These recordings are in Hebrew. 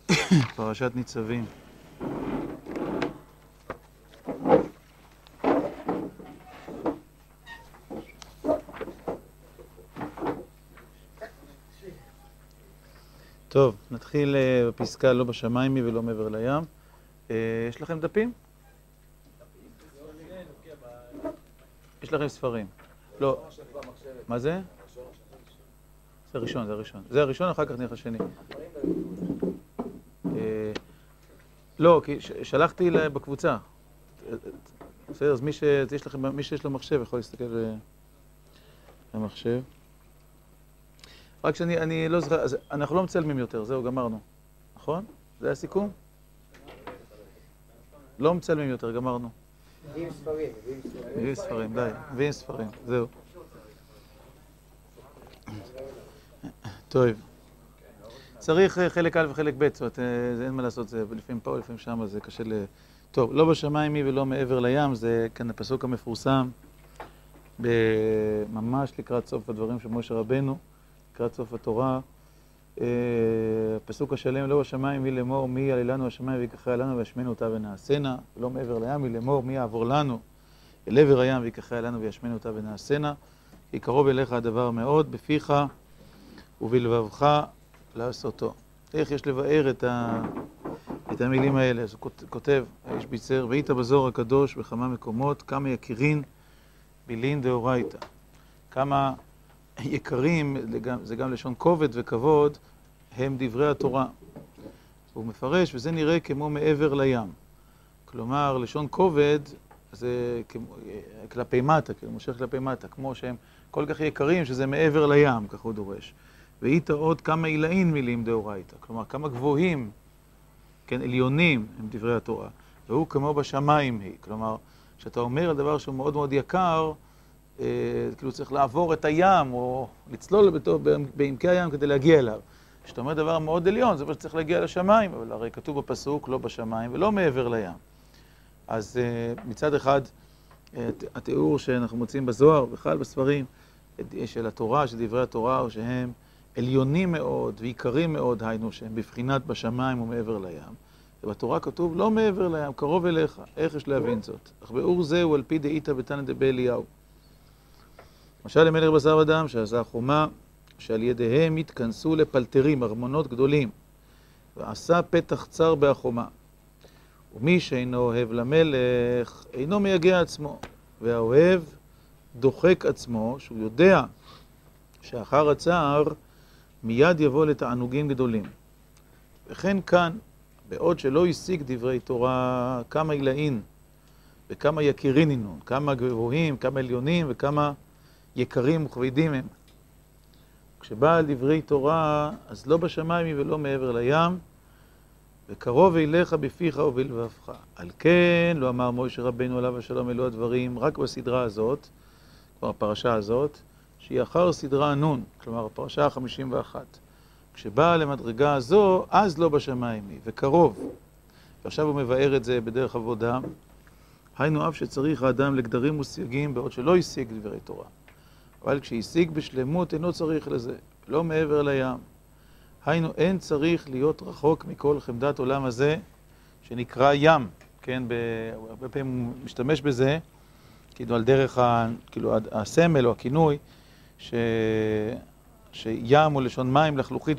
פרשת ניצבים. טוב, נתחיל בפסקה לא בשמיימי ולא מעבר לים. יש לכם דפים? יש לכם ספרים? לא. מה זה? זה הראשון, זה הראשון. זה הראשון, אחר כך נלך השני. לא, כי שלחתי בקבוצה. בסדר, אז מי שיש לו מחשב יכול להסתכל במחשב. רק שאני לא זוכר, אנחנו לא מצלמים יותר, זהו, גמרנו. נכון? זה הסיכום? לא מצלמים יותר, גמרנו. מביאים ספרים, מביאים ספרים, די, מביאים ספרים, זהו. טוב. צריך חלק א' וחלק ב', זאת אומרת, אין מה לעשות, זה לפעמים פה, לפעמים שם, זה קשה טוב, לא בשמיימי ולא מעבר לים, זה כאן הפסוק המפורסם, ממש לקראת סוף הדברים של משה רבנו, לקראת סוף התורה, הפסוק השלם, לא בשמיימי לאמור מי יעלה לנו השמיים ויקחה לנו וישמנו אותה ונעשנה, לא מעבר לים לאמור מי יעבור לנו אל עבר הים ויקחה לנו וישמנו אותה ונעשנה, כי קרוב אליך הדבר מאוד, בפיך ובלבבך לעשותו. איך יש לבאר את המילים האלה? אז הוא כותב, האיש ביצר, והיית בזוהר הקדוש בכמה מקומות, כמה יקירין בילין דאורייתא. כמה יקרים, זה גם לשון כובד וכבוד, הם דברי התורה. הוא מפרש, וזה נראה כמו מעבר לים. כלומר, לשון כובד זה כלפי מטה, כאילו מושך כלפי מטה, כמו שהם כל כך יקרים שזה מעבר לים, כך הוא דורש. והיית עוד כמה עילאין מילים דאורייתא, כלומר כמה גבוהים, כן, עליונים הם דברי התורה, והוא כמו בשמיים היא, כלומר, כשאתה אומר על דבר שהוא מאוד מאוד יקר, כאילו צריך לעבור את הים, או לצלול בעמקי הים כדי להגיע אליו. כשאתה אומר דבר מאוד עליון, זה מה שצריך להגיע לשמיים, אבל הרי כתוב בפסוק לא בשמיים ולא מעבר לים. אז מצד אחד, התיאור שאנחנו מוצאים בזוהר, בכלל בספרים, של התורה, של דברי התורה, שהם עליונים מאוד ויקרים מאוד, היינו שהם בבחינת בשמיים ומעבר לים. ובתורה כתוב לא מעבר לים, קרוב אליך. איך יש להבין זאת? אך באור זה הוא על פי דאיתא בתנא דבאליהו. משל למלך בשר ודם שעשה חומה, שעל ידיהם התכנסו לפלטרים, ארמונות גדולים, ועשה פתח צר בחומה. ומי שאינו אוהב למלך, אינו מייגע עצמו, והאוהב דוחק עצמו, שהוא יודע שאחר הצער מיד יבוא לתענוגים גדולים. וכן כאן, בעוד שלא השיג דברי תורה, כמה עילאין וכמה יקירין הנו, כמה גבוהים, כמה עליונים וכמה יקרים וכבדים הם. כשבא על דברי תורה, אז לא בשמיים ולא מעבר לים, וקרוב אליך בפיך ובלבבך. על כן, לא אמר משה רבנו עליו השלום אלו הדברים, רק בסדרה הזאת, כלומר הפרשה הזאת, שהיא אחר סדרה נון, כלומר הפרשה ה-51. כשבאה למדרגה הזו, אז לא בשמיים היא, וקרוב. ועכשיו הוא מבאר את זה בדרך עבודה. היינו אף שצריך האדם לגדרים וסייגים, בעוד שלא השיג דברי תורה. אבל כשהשיג בשלמות, אינו צריך לזה, לא מעבר לים. היינו, אין צריך להיות רחוק מכל חמדת עולם הזה, שנקרא ים. כן, הרבה פעמים הוא משתמש בזה, כאילו על דרך הסמל או הכינוי, שים הוא לשון מים לחלוכית,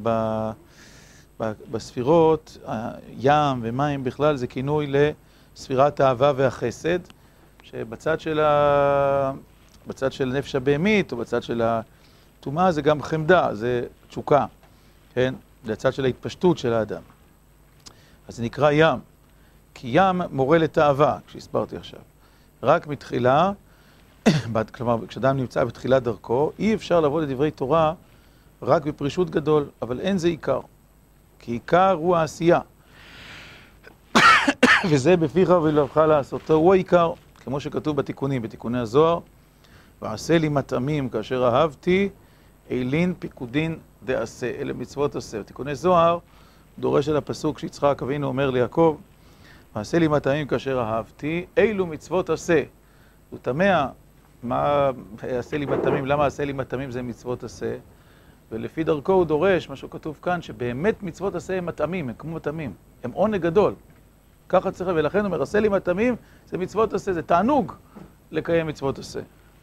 ובספירות, ים ומים בכלל זה כינוי לספירת האהבה והחסד, שבצד של נפש הבהמית או בצד של הטומאה זה גם חמדה, זה תשוקה, כן? זה הצד של ההתפשטות של האדם. אז זה נקרא ים, כי ים מורה לתאווה, כשהסברתי עכשיו. רק מתחילה, כלומר, כשאדם נמצא בתחילת דרכו, אי אפשר לבוא לדברי תורה רק בפרישות גדול, אבל אין זה עיקר. כי עיקר הוא העשייה. וזה בפיך ובלבבך לעשותו, הוא העיקר, כמו שכתוב בתיקונים, בתיקוני הזוהר, ועשה לי מטעמים כאשר אהבתי, אילין פיקודין דעשה, אלה מצוות עשה. בתיקוני זוהר, דורש על הפסוק שיצחק אבינו אומר ליעקב, ועשה לי מטעמים כאשר אהבתי, אילו מצוות עשה. הוא תמה, מה עשה לי מטעמים, למה עשה לי מטעמים זה מצוות עשה? ולפי דרכו הוא דורש, מה שכתוב כאן, שבאמת מצוות עשה הם מטעמים, הם כמו מטעמים, הם עונג גדול. ככה צריך, ולכן הוא אומר, עשה לי מטעמים, זה מצוות עשה, זה תענוג לקיים מצוות עשה.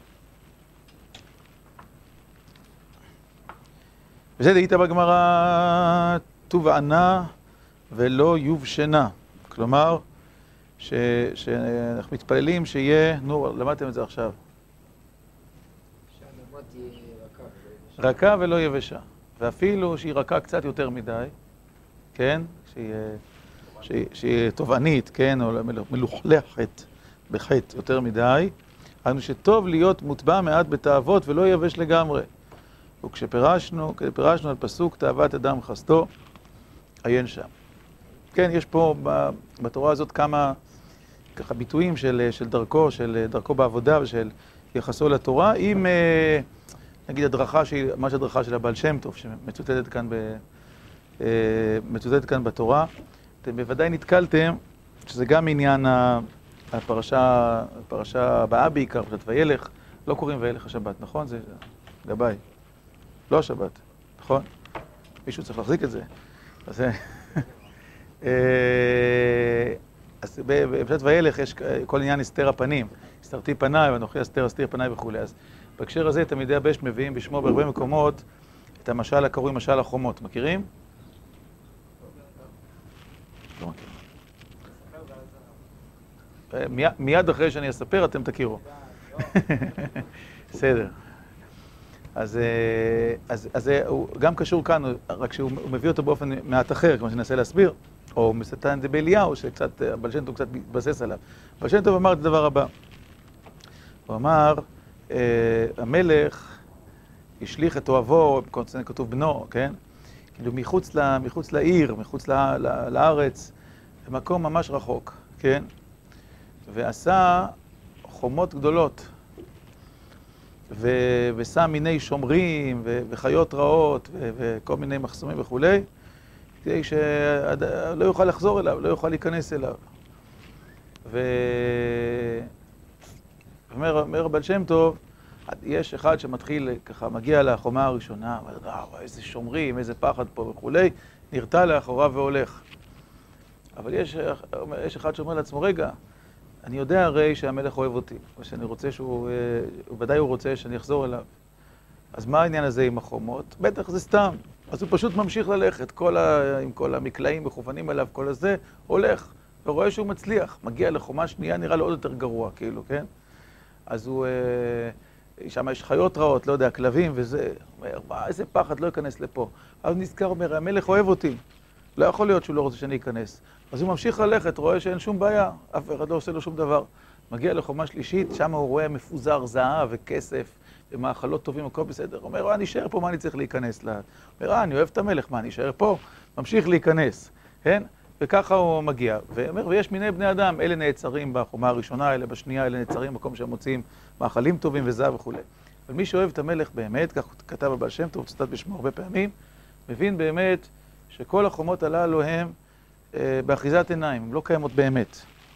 וזה דהית בגמרא, טוב ענה ולא יובשנה. כלומר, שאנחנו מתפללים שיהיה, נו, למדתם את זה עכשיו. שהנאמות תהיה רכה ולא יבשה. ואפילו שהיא רכה קצת יותר מדי, כן? שהיא תובענית, כן? או מלוכלכת בחטא יותר מדי. אמרנו שטוב להיות מוטבע מעט בתאוות ולא יבש לגמרי. וכשפירשנו על פסוק תאוות אדם חסדו, עיין שם. כן, יש פה בתורה הזאת כמה ככה ביטויים של דרכו בעבודה ושל יחסו לתורה, עם נגיד הדרכה, ממש הדרכה של הבעל שם טוב, שמצוטטת כאן בתורה. אתם בוודאי נתקלתם, שזה גם עניין הפרשה הבאה בעיקר, פרשת וילך, לא קוראים וילך השבת, נכון? זה גבאי, לא השבת, נכון? מישהו צריך להחזיק את זה. אז בפרשת וילך יש כל עניין הסתר הפנים, הסתרתי פניי ואנוכי אסתיר פניי וכו'. אז בהקשר הזה תלמידי הבשט מביאים בשמו בהרבה מקומות את המשל הקרוי משל החומות. מכירים? לא מכירים. מיד אחרי שאני אספר אתם תכירו. בסדר. אז הוא גם קשור כאן, רק שהוא מביא אותו באופן מעט אחר, כמו שננסה להסביר, או מסתן דה באליהו, שקצת, הבעל שם טוב קצת מתבסס עליו. הבעל שם טוב אמר את הדבר הבא. הוא אמר, המלך השליך את אוהבו, כתוב בנו, כן? כאילו מחוץ לעיר, מחוץ לארץ, במקום ממש רחוק, כן? ועשה חומות גדולות. ושם מיני שומרים וחיות רעות וכל מיני מחסומים וכולי, כדי שלא יוכל לחזור אליו, לא יוכל להיכנס אליו. אומר הבעל שם טוב, יש אחד שמתחיל ככה, מגיע לחומה הראשונה, איזה שומרים, איזה פחד פה וכולי, נרתע לאחוריו והולך. אבל יש אחד שאומר לעצמו, רגע, אני יודע הרי שהמלך אוהב אותי, ושאני רוצה ודאי הוא רוצה שאני אחזור אליו. אז מה העניין הזה עם החומות? בטח זה סתם. אז הוא פשוט ממשיך ללכת, עם כל המקלעים מכוונים אליו, כל הזה, הולך, ורואה שהוא מצליח. מגיע לחומה שנייה, נראה לו עוד יותר גרוע, כאילו, כן? אז שם יש חיות רעות, לא יודע, כלבים וזה, אומר, איזה פחד, לא ייכנס לפה. אז נזכר, אומר, המלך אוהב אותי. לא יכול להיות שהוא לא רוצה שאני אכנס. אז הוא ממשיך ללכת, רואה שאין שום בעיה, אף אחד לא עושה לו שום דבר. מגיע לחומה שלישית, שם הוא רואה מפוזר זהב וכסף ומאכלות טובים, הכל בסדר. הוא אומר, אני אשאר פה, מה אני צריך להיכנס לה? הוא אומר, אני אוהב את המלך, מה אני אשאר פה? ממשיך להיכנס, כן? וככה הוא מגיע. ואומר, ויש מיני בני אדם, אלה נעצרים בחומה הראשונה, אלה בשנייה, אלה נעצרים במקום שהם מוצאים מאכלים טובים וזהב וכו'. אבל מי שאוהב את המלך באמת, כך כתב הבעל שם טוב, צטט בשמו הרבה פעמים, מבין באמת שכל החומות הללו הם באחיזת עיניים, הן לא קיימות באמת.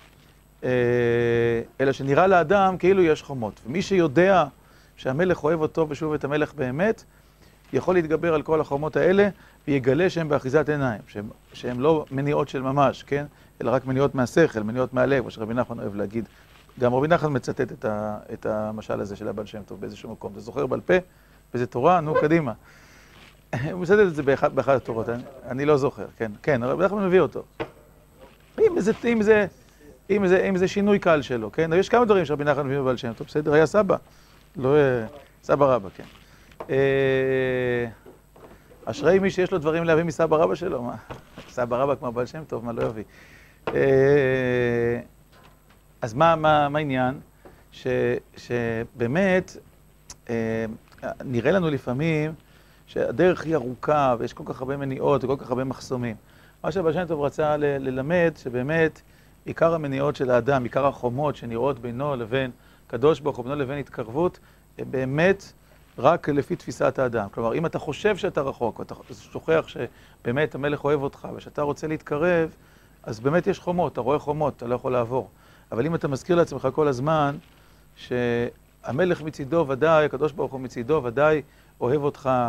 אלא שנראה לאדם כאילו יש חומות. ומי שיודע שהמלך אוהב אותו ושוב את המלך באמת, יכול להתגבר על כל החומות האלה ויגלה שהן באחיזת עיניים, שהן לא מניעות של ממש, כן? אלא רק מניעות מהשכל, מניעות מהלב, כמו שרבי נחמן אוהב להגיד. גם רבי נחמן מצטט את המשל הזה של הבעל שם טוב באיזשהו מקום. אתה זוכר בעל פה? וזה תורה? נו, קדימה. הוא מצטט את זה באחת התורות, אני לא זוכר, כן, כן, רבי נחמן מביא אותו. אם זה שינוי קל שלו, כן? יש כמה דברים שרבי נחמן מביא בבעל שם טוב, בסדר, היה סבא, לא סבא רבא, כן. אשרי מי שיש לו דברים להביא מסבא רבא שלו, מה? סבא רבא כמו הבעל שם טוב, מה לא יביא? אז מה העניין? שבאמת נראה לנו לפעמים שהדרך היא ארוכה ויש כל כך הרבה מניעות וכל כך הרבה מחסומים. מה שהבעל שם טוב רצה ללמד שבאמת עיקר המניעות של האדם, עיקר החומות שנראות בינו לבין קדוש ברוך הוא, בינו לבין התקרבות, באמת רק לפי תפיסת האדם. כלומר, אם אתה חושב שאתה רחוק, ואתה שוכח שבאמת המלך אוהב אותך ושאתה רוצה להתקרב, אז באמת יש חומות, אתה רואה חומות, אתה לא יכול לעבור. אבל אם אתה מזכיר לעצמך כל הזמן שהמלך מצידו ודאי, הקדוש ברוך הוא מצידו ודאי אוהב אותך,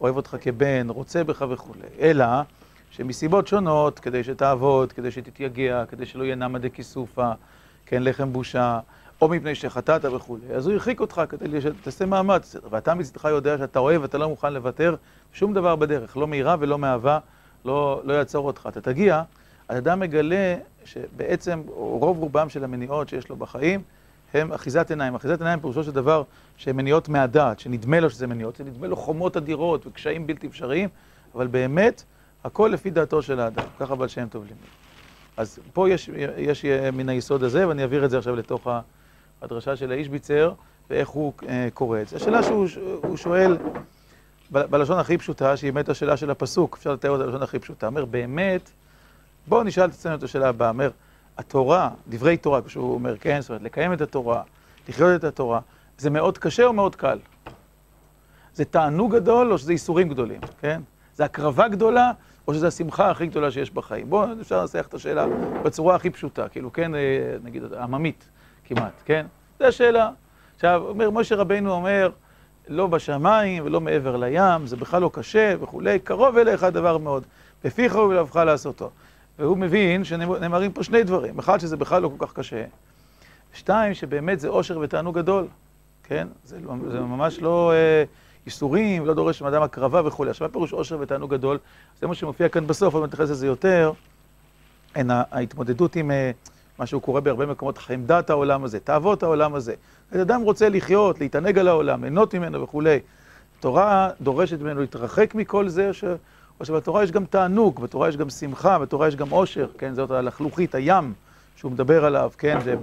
אוהב אותך כבן, רוצה בך וכו'. אלא שמסיבות שונות, כדי שתעבוד, כדי שתתייגע, כדי שלא יהיה נמא דכיסופא, כן, לחם בושה, או מפני שחטאת וכו'. אז הוא הרחיק אותך כדי שתעשה מאמץ, ואתה מצדך יודע שאתה אוהב, אתה לא מוכן לוותר, שום דבר בדרך, לא מיראה ולא מאהבה, לא יעצור אותך. אתה תגיע, האדם מגלה שבעצם רוב רובם של המניעות שיש לו בחיים, הם אחיזת עיניים. אחיזת עיניים פירושו של דבר שהן מניעות מהדעת, שנדמה לו שזה מניעות, זה נדמה לו חומות אדירות וקשיים בלתי אפשריים, אבל באמת, הכל לפי דעתו של האדם, ככה בעל שם טוב לימד. אז פה יש מן היסוד הזה, ואני אעביר את זה עכשיו לתוך הדרשה של האישביצר, ואיך הוא קורא את זה. השאלה שהוא שואל, בלשון הכי פשוטה, שהיא באמת השאלה של הפסוק, אפשר לתאר אותה בלשון הכי פשוטה, אומר, באמת, בואו נשאל את עצמנו את השאלה הבאה, אומר, התורה, דברי תורה, כשהוא אומר, כן, זאת אומרת, לקיים את התורה, לחיות את התורה, זה מאוד קשה או מאוד קל? זה תענוג גדול או שזה איסורים גדולים, כן? זה הקרבה גדולה או שזה השמחה הכי גדולה שיש בחיים? בואו, אפשר לנסח את השאלה בצורה הכי פשוטה, כאילו, כן, נגיד, עממית כמעט, כן? זו השאלה. עכשיו, אומר, משה רבינו אומר, לא בשמיים ולא מעבר לים, זה בכלל לא קשה וכולי, קרוב אליך הדבר מאוד, בפיך ובלבבך לעשותו. והוא מבין שנאמרים פה שני דברים, אחד שזה בכלל לא כל כך קשה, שתיים שבאמת זה אושר ותענוג גדול, כן? זה ממש לא איסורים, לא דורש מאדם הקרבה וכולי. עכשיו מה פירוש אושר ותענוג גדול? זה מה שמופיע כאן בסוף, אבל מתייחס לזה יותר, ההתמודדות עם מה שהוא קורא בהרבה מקומות, חמדת העולם הזה, תאוות העולם הזה. אדם רוצה לחיות, להתענג על העולם, ליהנות ממנו וכולי. התורה דורשת ממנו להתרחק מכל זה, או שבתורה יש גם תענוג, בתורה יש גם שמחה, בתורה יש גם אושר, כן? זאת הלחלוכית, הים שהוא מדבר עליו, כן? זה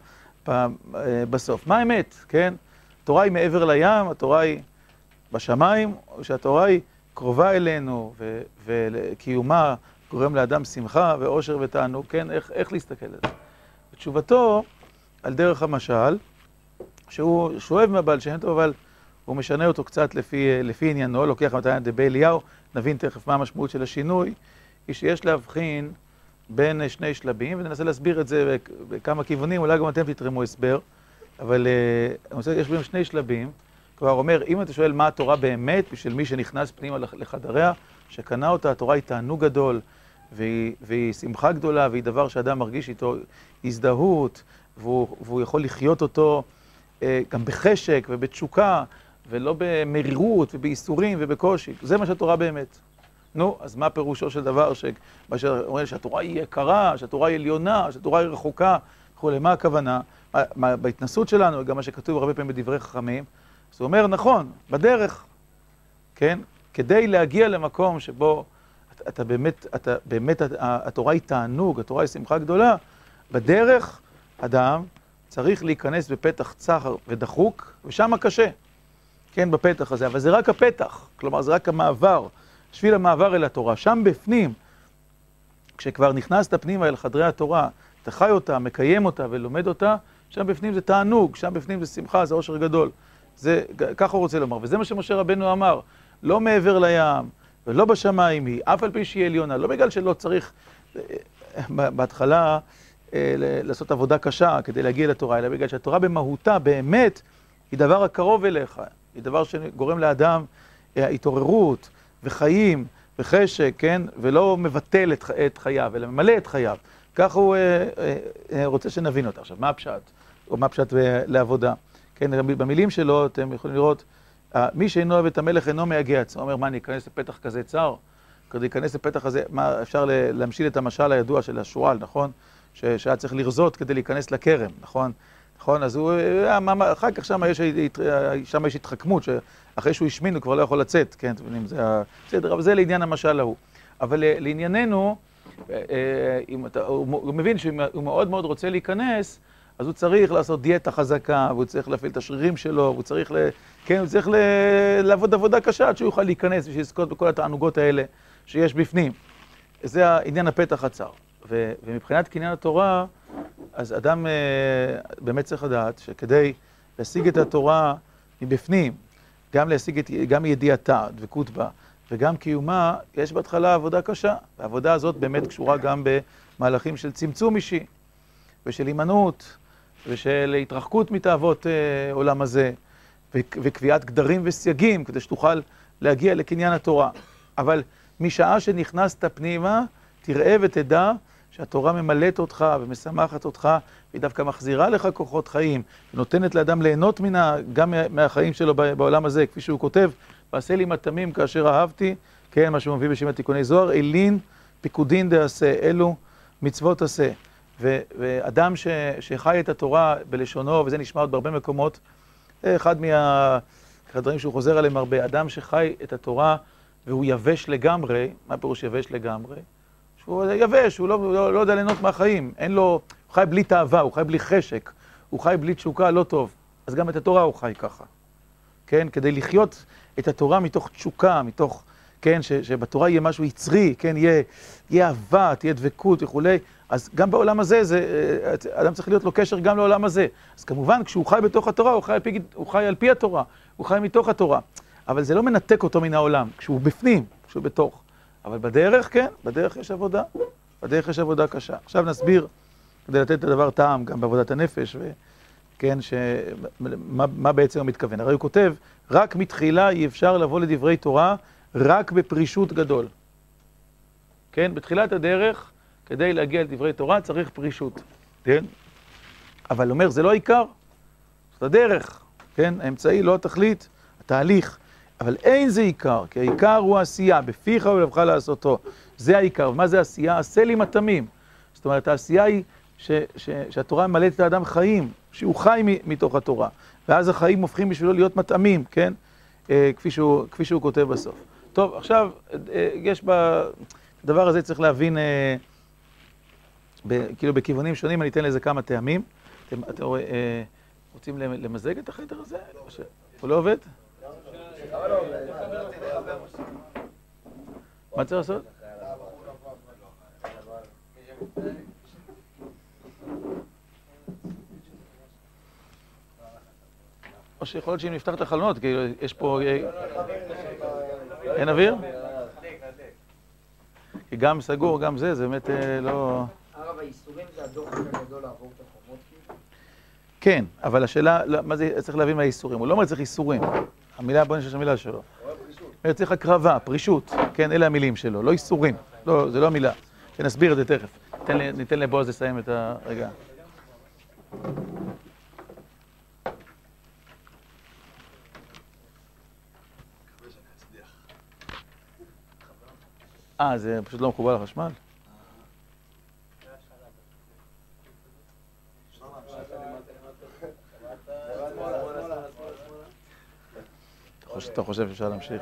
בסוף. מה האמת, כן? התורה היא מעבר לים, התורה היא בשמיים, או שהתורה היא קרובה אלינו, וקיומה גורם לאדם שמחה ואושר ותענוג, כן? איך להסתכל על זה? בתשובתו, על דרך המשל, שהוא שואב מהבעל שם טוב, אבל הוא משנה אותו קצת לפי עניינו, לוקח מתנה דבי אליהו, נבין תכף מה המשמעות של השינוי, היא שיש להבחין בין שני שלבים, וננסה להסביר את זה בכמה כיוונים, אולי גם אתם תתרמו הסבר, אבל יש בהם שני שלבים. כבר אומר, אם אתה שואל מה התורה באמת, בשביל מי שנכנס פנימה לחדריה, שקנה אותה, התורה היא תענוג גדול, והיא שמחה גדולה, והיא דבר שאדם מרגיש איתו הזדהות, והוא יכול לחיות אותו גם בחשק ובתשוקה, ולא במרירות ובאיסורים ובקושי. זה מה שהתורה באמת. נו, אז מה פירושו של דבר שאומרים שהתורה היא יקרה, שהתורה היא עליונה, שהתורה היא רחוקה, וכולי, מה הכוונה? בהתנסות שלנו, גם מה שכתוב הרבה פעמים בדברי חכמים, אז הוא אומר, נכון, בדרך, כן? כדי להגיע למקום שבו אתה באמת, התורה היא תענוג, התורה היא שמחה גדולה, בדרך אדם צריך להיכנס בפתח צר ודחוק, ושם קשה, כן, בפתח הזה, אבל זה רק הפתח, כלומר זה רק המעבר, שביל המעבר אל התורה, שם בפנים, כשכבר נכנסת פנימה אל חדרי התורה, אתה חי אותה, מקיים אותה ולומד אותה, שם בפנים זה תענוג, שם בפנים זה שמחה, זה אושר גדול. זה, ככה הוא רוצה לומר, וזה מה שמשה רבנו אמר, לא מעבר לים, ולא בשמיים היא, אף על פי שהיא עליונה, לא בגלל שלא צריך בהתחלה לעשות עבודה קשה כדי להגיע לתורה, אלא בגלל שהתורה במהותה באמת היא דבר הקרוב אליך, היא דבר שגורם לאדם התעוררות וחיים וחשק, כן? ולא מבטל את חייו, אלא ממלא את חייו. כך הוא רוצה שנבין אותה. עכשיו, מה הפשט? או מה הפשט לעבודה? כן, במילים שלו אתם יכולים לראות, מי שאינו אוהב את המלך אינו מייגע עצמו. הוא אומר, מה, אני אכנס לפתח כזה צר? כדי להיכנס לפתח הזה, מה, אפשר להמשיל את המשל הידוע של השועל, נכון? שהיה צריך לרזות כדי להיכנס לכרם, נכון? נכון, אז הוא, אחר כך שם יש התחכמות, שאחרי שהוא השמין הוא כבר לא יכול לצאת, כן? זה בסדר, אבל זה לעניין המשל ההוא. אבל לענייננו, הוא מבין שהוא מאוד מאוד רוצה להיכנס, אז הוא צריך לעשות דיאטה חזקה, והוא צריך להפעיל את השרירים שלו, והוא צריך לעבוד עבודה קשה עד שהוא יוכל להיכנס ולזכות בכל התענוגות האלה שיש בפנים. זה העניין הפתח הצר. ומבחינת קניין התורה, אז אדם באמת צריך לדעת שכדי להשיג את התורה מבפנים, גם להשיג גם ידיעתה, דבקות בה, וגם קיומה, יש בהתחלה עבודה קשה. והעבודה הזאת באמת קשורה גם במהלכים של צמצום אישי, ושל הימנעות, ושל התרחקות מתאוות עולם הזה, וקביעת גדרים וסייגים, כדי שתוכל להגיע לקניין התורה. אבל משעה שנכנסת פנימה, תראה ותדע שהתורה ממלאת אותך ומשמחת אותך, והיא דווקא מחזירה לך כוחות חיים, ונותנת לאדם ליהנות גם מהחיים שלו בעולם הזה, כפי שהוא כותב, ועשה לי מטעמים כאשר אהבתי, כן, מה שהוא מביא בשם התיקוני זוהר, אלין פיקודין דעשה, אלו מצוות עשה. ואדם שחי את התורה בלשונו, וזה נשמע עוד בהרבה מקומות, אחד מהדברים שהוא חוזר עליהם הרבה, אדם שחי את התורה והוא יבש לגמרי, מה פירוש יבש לגמרי? שהוא יבש, הוא לא יודע ליהנות מהחיים, אין לו, הוא חי בלי תאווה, הוא חי בלי חשק, הוא חי בלי תשוקה, לא טוב. אז גם את התורה הוא חי ככה. כן, כדי לחיות את התורה מתוך תשוקה, מתוך, כן, שבתורה יהיה משהו יצרי, כן, יהיה אהבה, תהיה דבקות וכולי. אז גם בעולם הזה, אדם צריך להיות לו קשר גם לעולם הזה. אז כמובן, כשהוא חי בתוך התורה, הוא חי על פי התורה, הוא חי מתוך התורה. אבל זה לא מנתק אותו מן העולם, כשהוא בפנים, כשהוא בתוך. אבל בדרך, כן, בדרך יש עבודה. בדרך יש עבודה קשה. עכשיו נסביר, כדי לתת את הדבר טעם גם בעבודת הנפש, וכן, מה בעצם הוא מתכוון. הרי הוא כותב, רק מתחילה אי אפשר לבוא לדברי תורה, רק בפרישות גדול. כן, בתחילת הדרך, כדי להגיע לדברי תורה, צריך פרישות. כן? אבל אומר, זה לא העיקר. זאת הדרך. כן? האמצעי, לא התכלית, התהליך. אבל אין זה עיקר, כי העיקר הוא העשייה, בפיך ולבך לעשותו. זה העיקר. ומה זה עשייה? עשה לי מטעמים. זאת אומרת, העשייה היא שהתורה ממלאת את האדם חיים, שהוא חי מתוך התורה. ואז החיים הופכים בשבילו להיות מטעמים, כן? כפי שהוא כותב בסוף. טוב, עכשיו, יש בדבר הזה צריך להבין, כאילו בכיוונים שונים, אני אתן לזה כמה טעמים. אתם רוצים למזג את החדר הזה? הוא לא עובד? מה צריך לעשות? או שיכול להיות שאם נפתח את החלונות, כי יש פה... אין אוויר? כי גם סגור, גם זה באמת לא... הרב, האיסורים זה הדוחק הגדול לעבור את החומות? כן, אבל השאלה, מה זה צריך להבין מהאיסורים? הוא לא אומר צריך איסורים. המילה, בוא נשאר המילה שלו. הוא צריך הקרבה, פרישות, כן, אלה המילים שלו, לא איסורים. לא, זה לא המילה. נסביר את זה תכף. ניתן לבועז לסיים את הרגע. זה פשוט לא מחובר לחשמל? אתה חושב שאפשר להמשיך?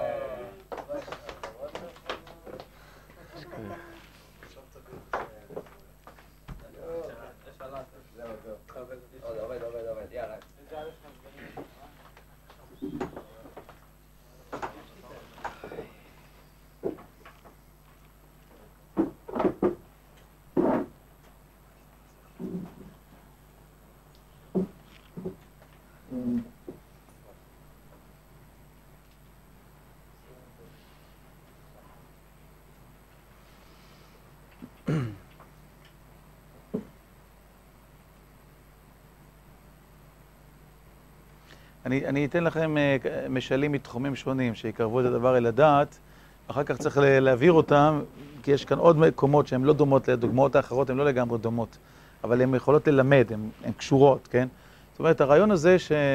אני אתן לכם משלים מתחומים שונים שיקרבו את הדבר אל הדעת, ואחר כך צריך להעביר אותם, כי יש כאן עוד מקומות שהן לא דומות לדוגמאות האחרות, הן לא לגמרי דומות, אבל הן יכולות ללמד, הן קשורות, כן? זאת אומרת, הרעיון הזה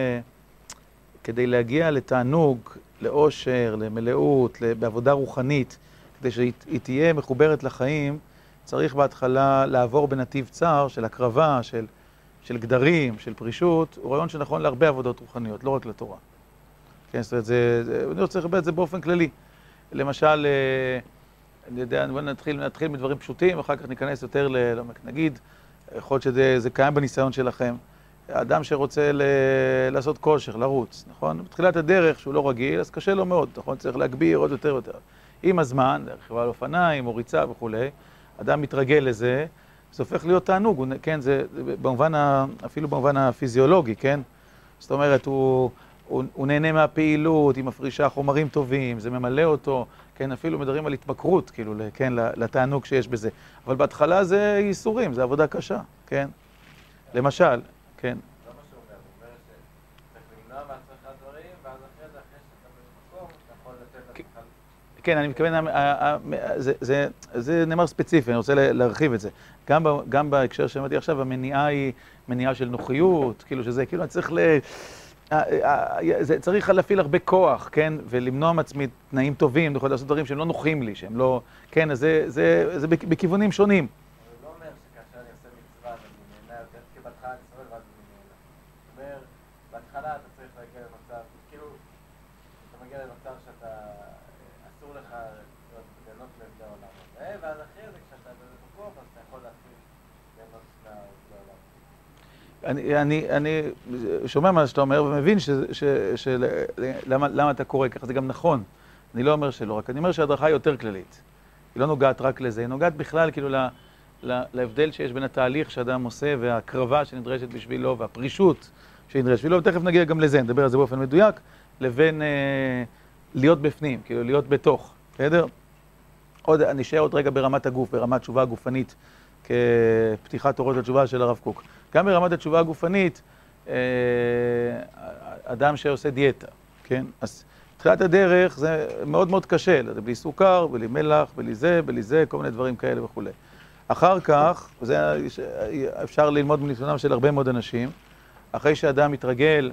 שכדי להגיע לתענוג, לאושר, למלאות, בעבודה רוחנית, כדי שהיא תהיה מחוברת לחיים, צריך בהתחלה לעבור בנתיב צר של הקרבה, של גדרים, של פרישות, הוא רעיון שנכון להרבה עבודות רוחניות, לא רק לתורה. כן, זאת אומרת, אני רוצה לחבר את זה באופן כללי. למשל, אני יודע, נתחיל מדברים פשוטים, אחר כך ניכנס יותר נגיד, יכול להיות שזה קיים בניסיון שלכם. האדם שרוצה לעשות כושר, לרוץ, נכון? בתחילת הדרך, שהוא לא רגיל, אז קשה לו מאוד, נכון? צריך להגביר עוד יותר ויותר. עם הזמן, רכיבה על אופניים, או ריצה וכולי, אדם מתרגל לזה, זה הופך להיות תענוג, כן, זה אפילו במובן הפיזיולוגי, כן? זאת אומרת, הוא נהנה מהפעילות, היא מפרישה חומרים טובים, זה ממלא אותו, כן, אפילו מדברים על התמכרות, כאילו, כן, לתענוג שיש בזה. אבל בהתחלה זה ייסורים, זה עבודה קשה, כן? למשל, כן. זה מה שהוא אומר, הוא אומר שצריך למנוע מעצמך דברים, ואז אחרי זה, אחרי שאתה במקום, אתה יכול כן, אני מתכוון, זה נאמר ספציפי, אני רוצה להרחיב את זה. גם בהקשר שאמרתי עכשיו, המניעה היא מניעה של נוחיות, כאילו שזה, כאילו אני צריך צריך להפעיל הרבה כוח, כן? ולמנוע מעצמי תנאים טובים, יכול לעשות דברים שהם לא נוחים לי, שהם לא... כן, אז זה בכיוונים שונים. הוא לא אומר שכאשר אני עושה מצווה, אני נהנה יותר, כי בהתחלה אני סובל ואז אני נהנה. הוא אומר, בהתחלה אתה צריך להגיע למצב, כאילו, אתה מגיע למצב שאתה, אסור לך ליהנות לעולם הזה, ואז אחרי זה, כשאתה במקום, אז אתה יכול להתחיל ליהנות לעולם. אני שומע מה שאתה אומר ומבין למה אתה קורא ככה, זה גם נכון. אני לא אומר שלא, רק אני אומר שההדרכה היא יותר כללית. היא לא נוגעת רק לזה, היא נוגעת בכלל כאילו להבדל שיש בין התהליך שאדם עושה והקרבה שנדרשת בשבילו והפרישות שנדרשת בשבילו, ותכף נגיע גם לזה, נדבר על זה באופן מדויק, לבין להיות בפנים, כאילו להיות בתוך, בסדר? אני אשאר עוד רגע ברמת הגוף, ברמת תשובה הגופנית, כפתיחת אורות התשובה של הרב קוק. גם ברמת התשובה הגופנית, אדם שעושה דיאטה, כן? אז תחילת הדרך זה מאוד מאוד קשה, זה בלי סוכר, בלי מלח, בלי זה, כל מיני דברים כאלה וכו'. אחר כך, זה אפשר ללמוד מניסיונם של הרבה מאוד אנשים, אחרי שאדם מתרגל,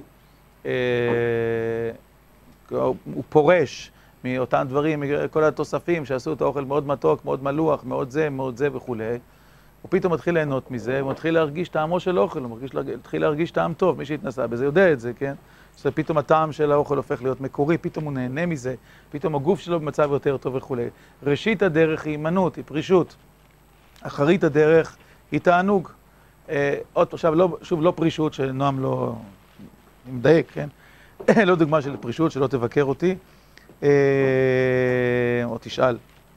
הוא פורש מאותם דברים, כל התוספים שעשו את האוכל מאוד מתוק, מאוד מלוח, מאוד זה וכו'. הוא פתאום מתחיל ליהנות מזה, הוא מתחיל להרגיש טעמו של אוכל, הוא מתחיל להרגיש טעם טוב, מי שהתנסה בזה יודע את זה, כן? פתאום הטעם של האוכל הופך להיות מקורי, פתאום הוא נהנה מזה, פתאום הגוף שלו במצב יותר טוב וכו'. ראשית הדרך היא הימנעות, היא פרישות. אחרית הדרך היא תענוג. עכשיו, שוב, לא פרישות, שנועם לא... אני מדייק, כן? לא דוגמה של פרישות, שלא תבקר אותי, או תשאל.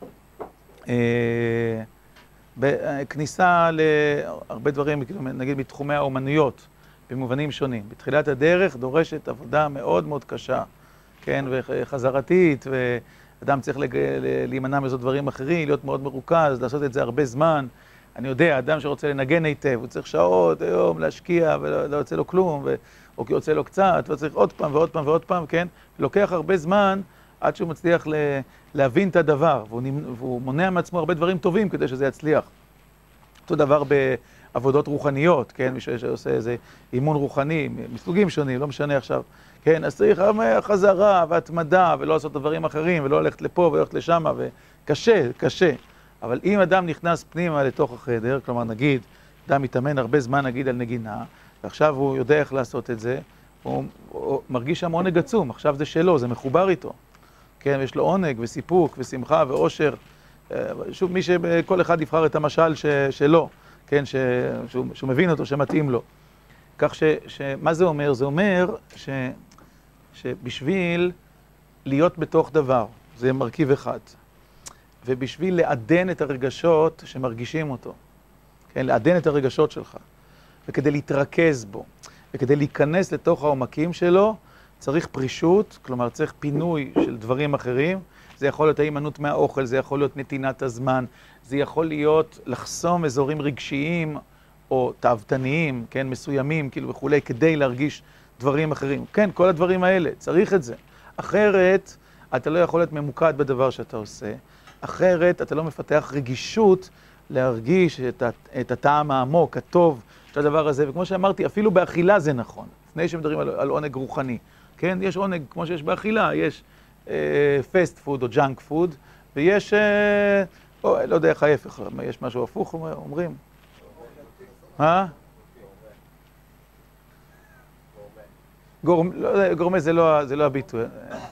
בכניסה להרבה דברים, נגיד מתחומי האומנויות, במובנים שונים. בתחילת הדרך דורשת עבודה מאוד מאוד קשה, כן, וחזרתית, ואדם צריך להימנע מזאת דברים אחרים, להיות מאוד מרוכז, לעשות את זה הרבה זמן. אני יודע, אדם שרוצה לנגן היטב, הוא צריך שעות, היום, להשקיע, ולא יוצא לו כלום, או כי יוצא לו קצת, וצריך עוד פעם ועוד פעם ועוד פעם, כן? לוקח הרבה זמן עד שהוא מצליח להבין את הדבר, והוא מונע מעצמו הרבה דברים טובים כדי שזה יצליח. אותו דבר בעבודות רוחניות, כן? מי שעושה איזה אימון רוחני, מסוגים שונים, לא משנה עכשיו, כן? אז צריך חזרה והתמדה, ולא לעשות דברים אחרים, ולא ללכת לפה וללכת לשם, וקשה, קשה. אבל אם אדם נכנס פנימה לתוך החדר, כלומר נגיד, אדם מתאמן הרבה זמן נגיד על נגינה, ועכשיו הוא יודע איך לעשות את זה, הוא מרגיש שם עונג עצום, עכשיו זה שלו, זה מחובר איתו. כן, יש לו עונג וסיפוק ושמחה ואושר. שוב, כל אחד יבחר את המשל שלו, כן, שהוא מבין אותו, שמתאים לו. כך מה זה אומר? זה אומר שבשביל להיות בתוך דבר, זה מרכיב אחד. ובשביל לעדן את הרגשות שמרגישים אותו, כן, לעדן את הרגשות שלך, וכדי להתרכז בו, וכדי להיכנס לתוך העומקים שלו, צריך פרישות, כלומר צריך פינוי של דברים אחרים, זה יכול להיות ההימנעות מהאוכל, זה יכול להיות נתינת הזמן, זה יכול להיות לחסום אזורים רגשיים או תאוותניים, כן, מסוימים, כאילו וכולי, כדי להרגיש דברים אחרים. כן, כל הדברים האלה, צריך את זה. אחרת, אתה לא יכול להיות ממוקד בדבר שאתה עושה, אחרת אתה לא מפתח רגישות להרגיש את הטעם העמוק, הטוב של הדבר הזה, וכמו שאמרתי, אפילו באכילה זה נכון, לפני שמדברים על עונג רוחני, כן? יש עונג כמו שיש באכילה, יש פסט פוד או ג'אנק פוד, ויש, לא יודע איך ההפך, יש משהו הפוך, אומרים? גורמה זה לא הביטוי.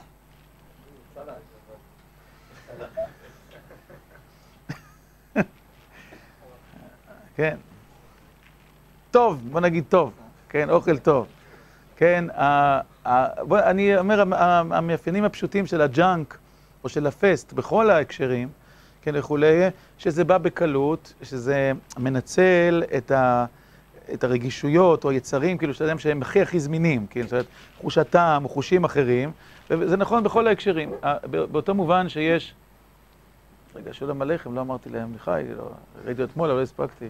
כן. טוב, בוא נגיד טוב, כן, אוכל טוב. כן, אני אומר, המאפיינים הפשוטים של הג'אנק או של הפסט בכל ההקשרים, כן, וכולי, שזה בא בקלות, שזה מנצל את הרגישויות או היצרים, כאילו שאתם שהם הכי זמינים, כן, זאת אומרת, חוש הטעם או חושים אחרים, וזה נכון בכל ההקשרים. באותו מובן שיש, רגע, שולם עליכם, לא אמרתי להם, לחי, ראיתי אתמול, אבל לא הספקתי.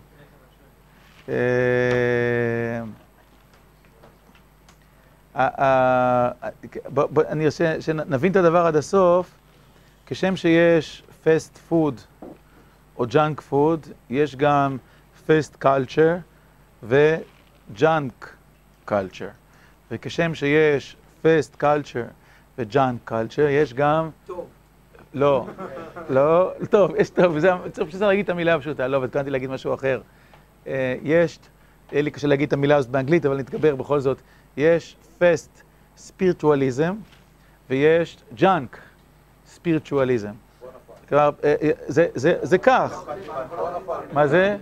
אני עושה, שנבין את הדבר עד הסוף, כשם שיש fast food או junk food, יש גם fast culture ו-junk culture. וכשם שיש fast culture ו-junk culture, יש גם... טוב. לא, לא, טוב, יש טוב, צריך פשוט להגיד את המילה הפשוטה, לא, והתכוונתי להגיד משהו אחר. יש, לי קשה להגיד את המילה הזאת באנגלית, אבל נתגבר בכל זאת, יש fast spiritualism ויש junk spiritualism. כלומר, זה כך. מה זה?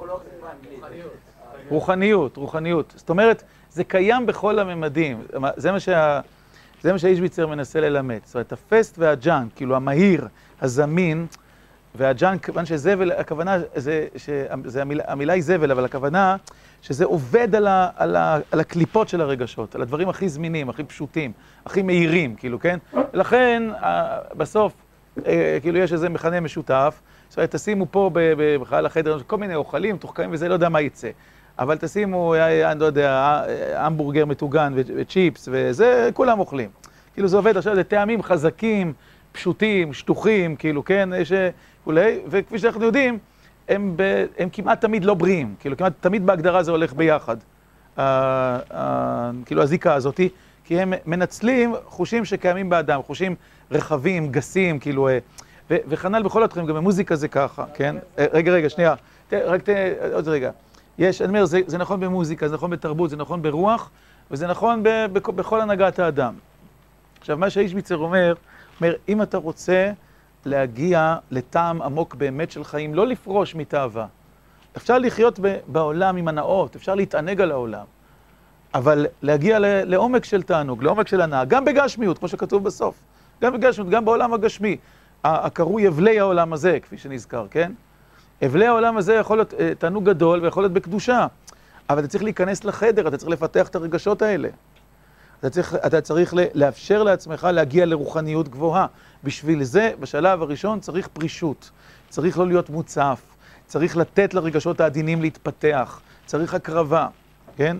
רוחניות. זאת אומרת, זה קיים בכל הממדים. זה מה שהאישביצר מנסה ללמד. זאת אומרת, הפסט והג'אנק, כאילו המהיר, הזמין, והג'אנק, כיוון שזבל, הכוונה, המילה היא זבל, אבל הכוונה שזה עובד על הקליפות של הרגשות, על הדברים הכי זמינים, הכי פשוטים, הכי מהירים, כאילו, כן? ולכן, בסוף, כאילו יש איזה מכנה משותף, זאת אומרת, תשימו פה בכלל החדר, כל מיני אוכלים, תוחכמים וזה, לא יודע מה יצא. אבל תשימו, אני לא יודע, המבורגר מטוגן וצ'יפס וזה, כולם אוכלים. כאילו זה עובד עכשיו, זה טעמים חזקים, פשוטים, שטוחים, כאילו, כן, יש אולי, וכפי שאנחנו יודעים, הם כמעט תמיד לא בריאים, כאילו, כמעט תמיד בהגדרה זה הולך ביחד, כאילו, הזיקה הזאת, כי הם מנצלים חושים שקיימים באדם, חושים רחבים, גסים, כאילו, וכנ"ל בכל התחומים, גם במוזיקה זה ככה, כן? רגע, שנייה, רק עוד רגע. יש, אני אומר, זה נכון במוזיקה, זה נכון בתרבות, זה נכון ברוח, וזה נכון בכל הנהגת האדם. עכשיו, מה שהאישביצר אומר, אם אתה רוצה להגיע לטעם עמוק באמת של חיים, לא לפרוש מתאווה. אפשר לחיות בעולם עם הנאות, אפשר להתענג על העולם, אבל להגיע לעומק של תענוג, לעומק של הנאה, גם בגשמיות, כמו שכתוב בסוף, גם בגשמיות, גם בעולם הגשמי, הקרוי אבלי העולם הזה, כפי שנזכר, כן? אבלי העולם הזה יכול להיות תענוג גדול ויכול להיות בקדושה, אבל אתה צריך להיכנס לחדר, אתה צריך לפתח את הרגשות האלה. אתה צריך לאפשר לעצמך להגיע לרוחניות גבוהה. בשביל זה, בשלב הראשון, צריך פרישות. צריך לא להיות מוצף. צריך לתת לרגשות העדינים להתפתח. צריך הקרבה. כן?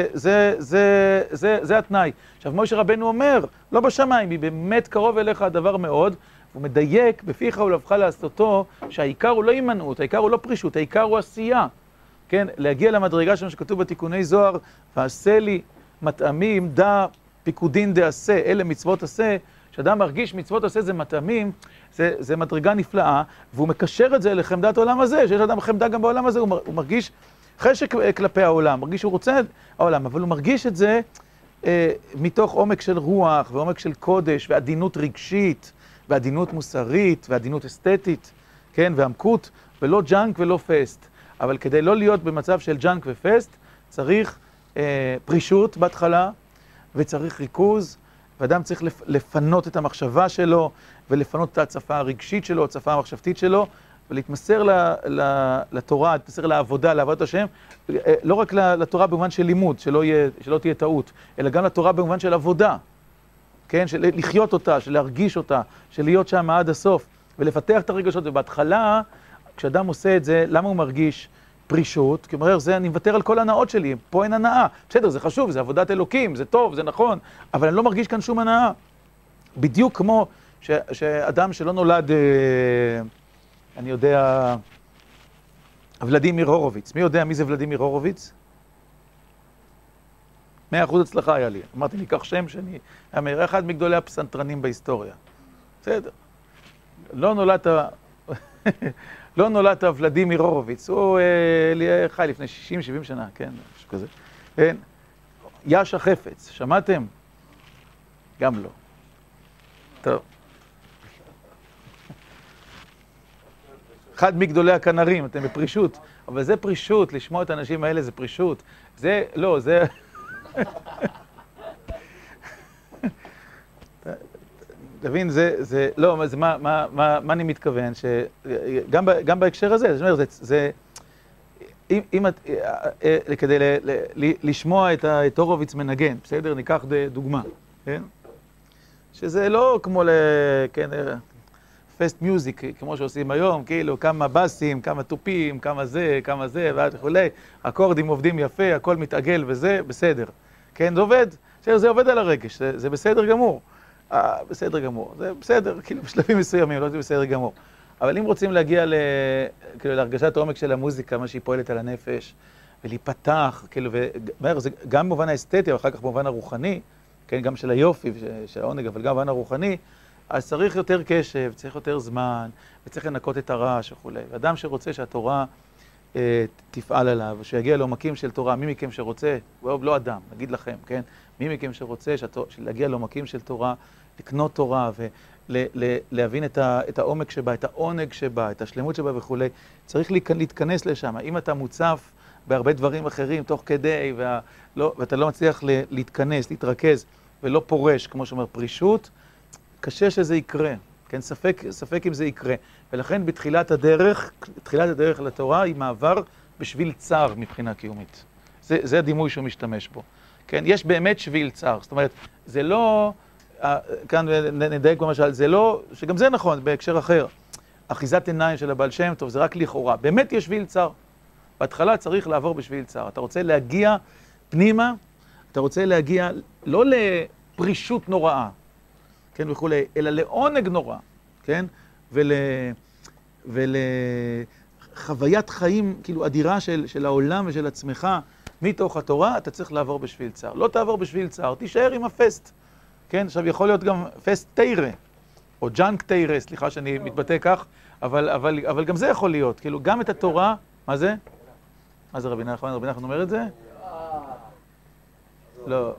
זה התנאי. עכשיו, משה רבנו אומר, לא בשמיים, היא באמת קרוב אליך הדבר מאוד, הוא מדייק בפיך ולבך לעשותו, שהעיקר הוא לא הימנעות, העיקר הוא לא פרישות, העיקר הוא עשייה. כן? להגיע למדרגה שלנו שכתוב בתיקוני זוהר, ועשה לי מטעמים דע פיקודין דעשה, אלה מצוות עשה, שאדם מרגיש מצוות עשה זה מטעמים, זה מדרגה נפלאה, והוא מקשר את זה לחמדת העולם הזה, שיש אדם חמדה גם בעולם הזה, הוא מרגיש חשק כלפי העולם, מרגיש שהוא רוצה את העולם, אבל הוא מרגיש את זה מתוך עומק של רוח, ועומק של קודש, ועדינות רגשית, ועדינות מוסרית, ועדינות אסתטית, כן, ועמקות, ולא ג'אנק ולא פסט. אבל כדי לא להיות במצב של ג'אנק ופסט, צריך פרישות בהתחלה, וצריך ריכוז, ואדם צריך לפנות את המחשבה שלו, ולפנות את ההצפה הרגשית שלו, ההצפה המחשבתית שלו, ולהתמסר לתורה, להתמסר לעבודה, לעבודת השם, לא רק לתורה במובן של לימוד, שלא תהיה טעות, אלא גם לתורה במובן של עבודה, כן? של לחיות אותה, של להרגיש אותה, של להיות שם עד הסוף, ולפתח את הרגשות. ובהתחלה, כשאדם עושה את זה, למה הוא מרגיש פרישות? כי הוא אומר, אני מוותר על כל הנאות שלי, פה אין הנאה. בסדר, זה חשוב, זה עבודת אלוקים, זה טוב, זה נכון, אבל אני לא מרגיש כאן שום הנאה. בדיוק כמו שאדם שלא נולד, אני יודע, ולדימיר הורוביץ. מי יודע מי זה ולדימיר הורוביץ? 100% הצלחה היה לי. אמרתי, ניקח שם שאני אמר, אחד מגדולי הפסנתרנים בהיסטוריה. בסדר. לא נולדת ולדימיר הורוביץ, הוא חי לפני 60-70 שנה, כן, משהו כזה. כן? יאשה חפץ, שמעתם? גם לא. טוב. אחד מגדולי הכנרים, אתם בפרישות, אבל זה פרישות, לשמוע את האנשים האלה זה פרישות. זה, לא, זה... תבין, זה, לא, מה אני מתכוון? גם בהקשר הזה, זאת אומרת, כדי לשמוע את הורוביץ מנגן, בסדר? ניקח דוגמה, כן? שזה לא כמו פסט מיוזיק, כמו שעושים היום, כאילו כמה בסים, כמה טופים, כמה זה, וכולי, אקורדים עובדים יפה, הכל מתעגל וזה, בסדר. כן, זה עובד, זה עובד על הרגש, זה בסדר גמור. בסדר גמור, זה בסדר, כאילו בשלבים מסוימים, לא זה בסדר גמור. אבל אם רוצים להגיע כאילו להרגשת העומק של המוזיקה, מה שהיא פועלת על הנפש, ולהיפתח, כאילו, זה גם במובן האסתטי, ואחר כך במובן הרוחני, כן, גם של היופי, של העונג, אבל גם במובן הרוחני, אז צריך יותר קשב, צריך יותר זמן, וצריך לנקות את הרעש וכו'. ואדם שרוצה שהתורה תפעל עליו, שיגיע לעומקים של תורה, מי מכם שרוצה, לא אדם, נגיד לכם, כן? מי מכם שרוצה להגיע לעומקים של תורה, לקנות תורה ולהבין את העומק שבה, את העונג שבה, את השלמות שבה וכו', צריך להתכנס לשם. אם אתה מוצף בהרבה דברים אחרים תוך כדי, ואתה לא מצליח להתכנס, להתרכז, ולא פורש, כמו שאומר, פרישות, קשה שזה יקרה, כן? ספק אם זה יקרה. ולכן בתחילת הדרך לתורה היא מעבר בשביל צר מבחינה קיומית. זה הדימוי שהוא משתמש בו. כן? יש באמת שביל צר. זאת אומרת, זה לא, כאן נדייק במשל, זה לא, שגם זה נכון בהקשר אחר. אחיזת עיניים של הבעל שם טוב, זה רק לכאורה. באמת יש שביל צר. בהתחלה צריך לעבור בשביל צר. אתה רוצה להגיע פנימה, אתה רוצה להגיע לא לפרישות נוראה, כן, וכולי, אלא לעונג נורא, כן, ולחוויית חיים, כאילו, אדירה של העולם ושל עצמך, מתוך התורה, אתה צריך לעבור בשביל צר. לא תעבור בשביל צר, תישאר עם הפסט, כן, עכשיו יכול להיות גם פסט תירה, או ג'אנק תירה, סליחה שאני מתבטא כך, אבל גם זה יכול להיות, כאילו, גם את התורה, מה זה? מה זה רבי נחמן? רבי נחמן אומר את זה? לא.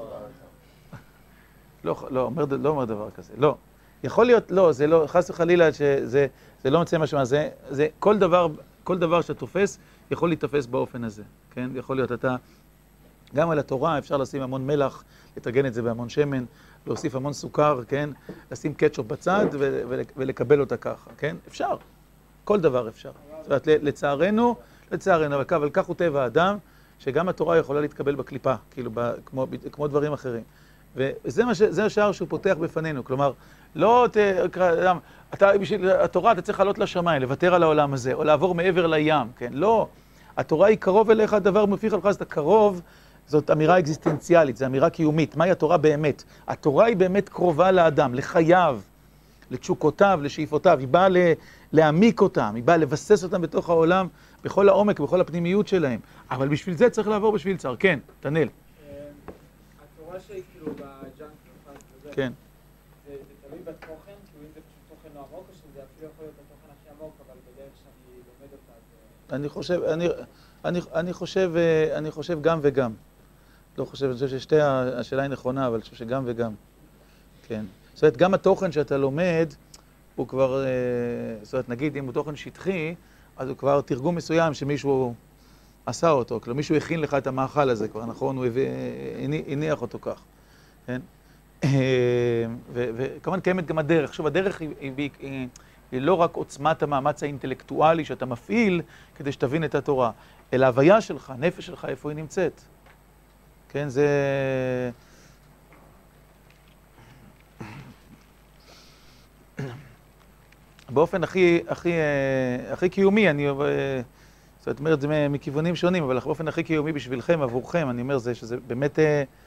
לא אומר דבר כזה, לא. יכול להיות, לא, זה לא, חס וחלילה שזה לא מצא משהו, זה כל דבר שאתה תופס, יכול להתפס באופן הזה, כן? יכול להיות, גם על התורה אפשר לשים המון מלח, לתרגן את זה בהמון שמן, להוסיף המון סוכר, כן? לשים קטשופ בצד ולקבל אותה ככה, כן? אפשר, כל דבר אפשר. זאת אומרת, לצערנו, אבל כך הוא טבע האדם, שגם התורה יכולה להתקבל בקליפה, כאילו, כמו דברים אחרים. וזה השער שהוא פותח בפנינו, כלומר, לא בשביל התורה אתה צריך לעלות לשמיים, לוותר על העולם הזה, או לעבור מעבר לים, כן? לא, התורה היא קרוב אליך, הדבר מפיך לך, אז אתה קרוב, זאת אמירה אקזיסטנציאלית, זו אמירה קיומית, מהי התורה באמת? התורה היא באמת קרובה לאדם, לחייו, לתשוקותיו, לשאיפותיו, היא באה להעמיק אותם, היא באה לבסס אותם בתוך העולם, בכל העומק, בכל הפנימיות שלהם, אבל בשביל זה צריך לעבור בשביל צר, כן, תנאל. התורה שהיא כאילו בג'אנק וזה, כן. זה תלוי בתוכן, כאילו אם זה פשוט תוכן לא עמוק, או שזה אפילו יכול להיות התוכן הכי עמוק, אבל בדרך שאני לומד אותה. אני חושב גם וגם. לא חושב, אני חושב השאלה היא נכונה, אבל אני חושב שגם וגם. כן. זאת אומרת, גם התוכן שאתה לומד, הוא כבר, זאת אומרת, נגיד, אם הוא תוכן שטחי, אז הוא כבר תרגום מסוים שמישהו עשה אותו, כלומר מישהו הכין לך את המאכל הזה כבר, נכון? הוא הניח אותו כך, כן? וכמובן קיימת גם הדרך. שוב, הדרך היא לא רק עוצמת המאמץ האינטלקטואלי שאתה מפעיל כדי שתבין את התורה, אלא ההוויה שלך, הנפש שלך, איפה היא נמצאת. כן, זה... באופן הכי קיומי, אני זאת אומרת, זה מכיוונים שונים, אבל באופן הכי קיומי בשבילכם, עבורכם, אני אומר שזה באמת